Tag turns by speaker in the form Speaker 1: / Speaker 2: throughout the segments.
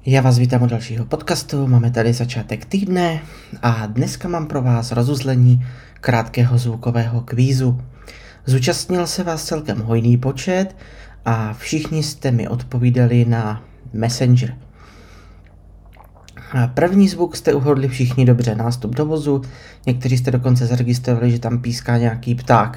Speaker 1: Já vás vítám u dalšího podcastu, máme tady začátek týdne a dneska mám pro vás rozuzlení krátkého zvukového kvízu. Zúčastnil se vás celkem hojný počet a všichni jste mi odpovídali na Messenger. První zvuk jste uhodli všichni dobře, nástup do vozu, někteří jste dokonce zaregistrovali, že tam píská nějaký pták.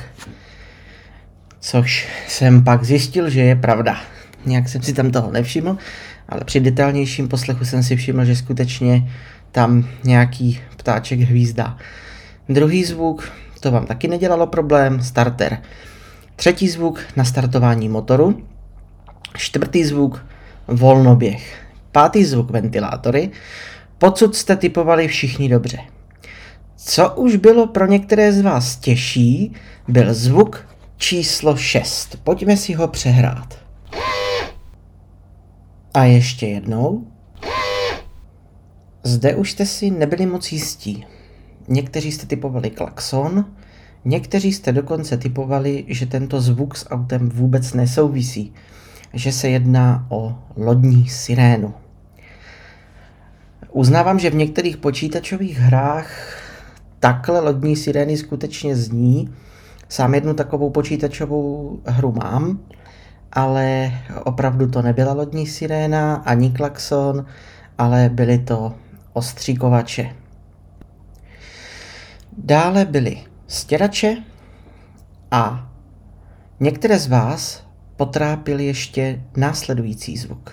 Speaker 1: Což jsem pak zjistil, že je pravda. Nějak jsem si tam toho nevšiml, ale při detailnějším poslechu jsem si všiml, že skutečně tam nějaký ptáček hvízdá. Druhý zvuk, to vám taky nedělalo problém, starter. Třetí zvuk, nastartování motoru. Čtvrtý zvuk, volnoběh. Pátý zvuk, ventilátory. Podsud jste typovali všichni dobře. Co už bylo pro některé z vás těžší, byl zvuk číslo 6. Pojďme si ho přehrát. A ještě jednou. Zde už jste si nebyli moc jistí. Někteří jste typovali klakson, někteří jste dokonce typovali, že tento zvuk s autem vůbec nesouvisí, že se jedná o lodní sirénu. Uznávám, že v některých počítačových hrách takhle lodní sirény skutečně zní. Sám jednu takovou počítačovou hru mám, ale opravdu to nebyla lodní siréna ani klakson, ale byly to ostříkovače. Dále byly stěrače a některé z vás potrápili ještě následující zvuk.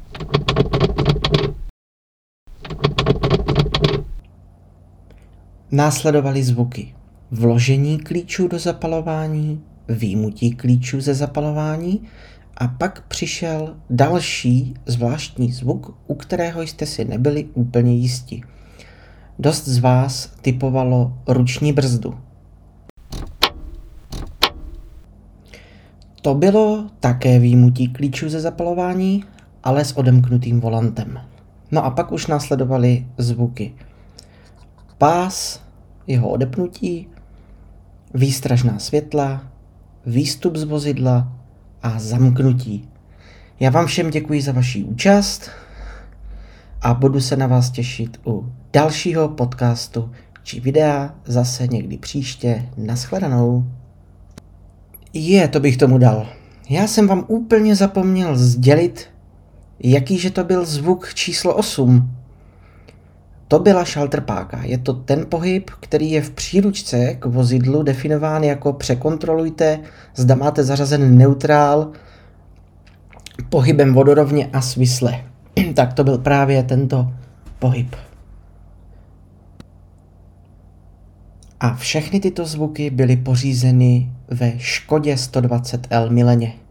Speaker 1: Následovaly zvuky vložení klíčů do zapalování, vyjmutí klíčů ze zapalování a pak přišel další zvláštní zvuk, u kterého jste si nebyli úplně jisti. Dost z vás typovalo ruční brzdu. To bylo také vyjmutí klíčů ze zapalování, ale s odemknutým volantem. No a pak už následovaly zvuky pás, jeho odepnutí, výstražná světla, výstup z vozidla a zamknutí. Já vám všem děkuji za vaši účast a budu se na vás těšit u dalšího podcastu či videa zase někdy příště. Nashledanou. To bych tomu dal. Já jsem vám úplně zapomněl sdělit, jakýže to byl zvuk číslo 8. To byla šaltrpáka. Je to ten pohyb, který je v příručce k vozidlu definován jako překontrolujte, zda máte zařazen neutrál pohybem vodorovně a svisle. Tak to byl právě tento pohyb. A všechny tyto zvuky byly pořízeny ve Škodě 120L Mileně.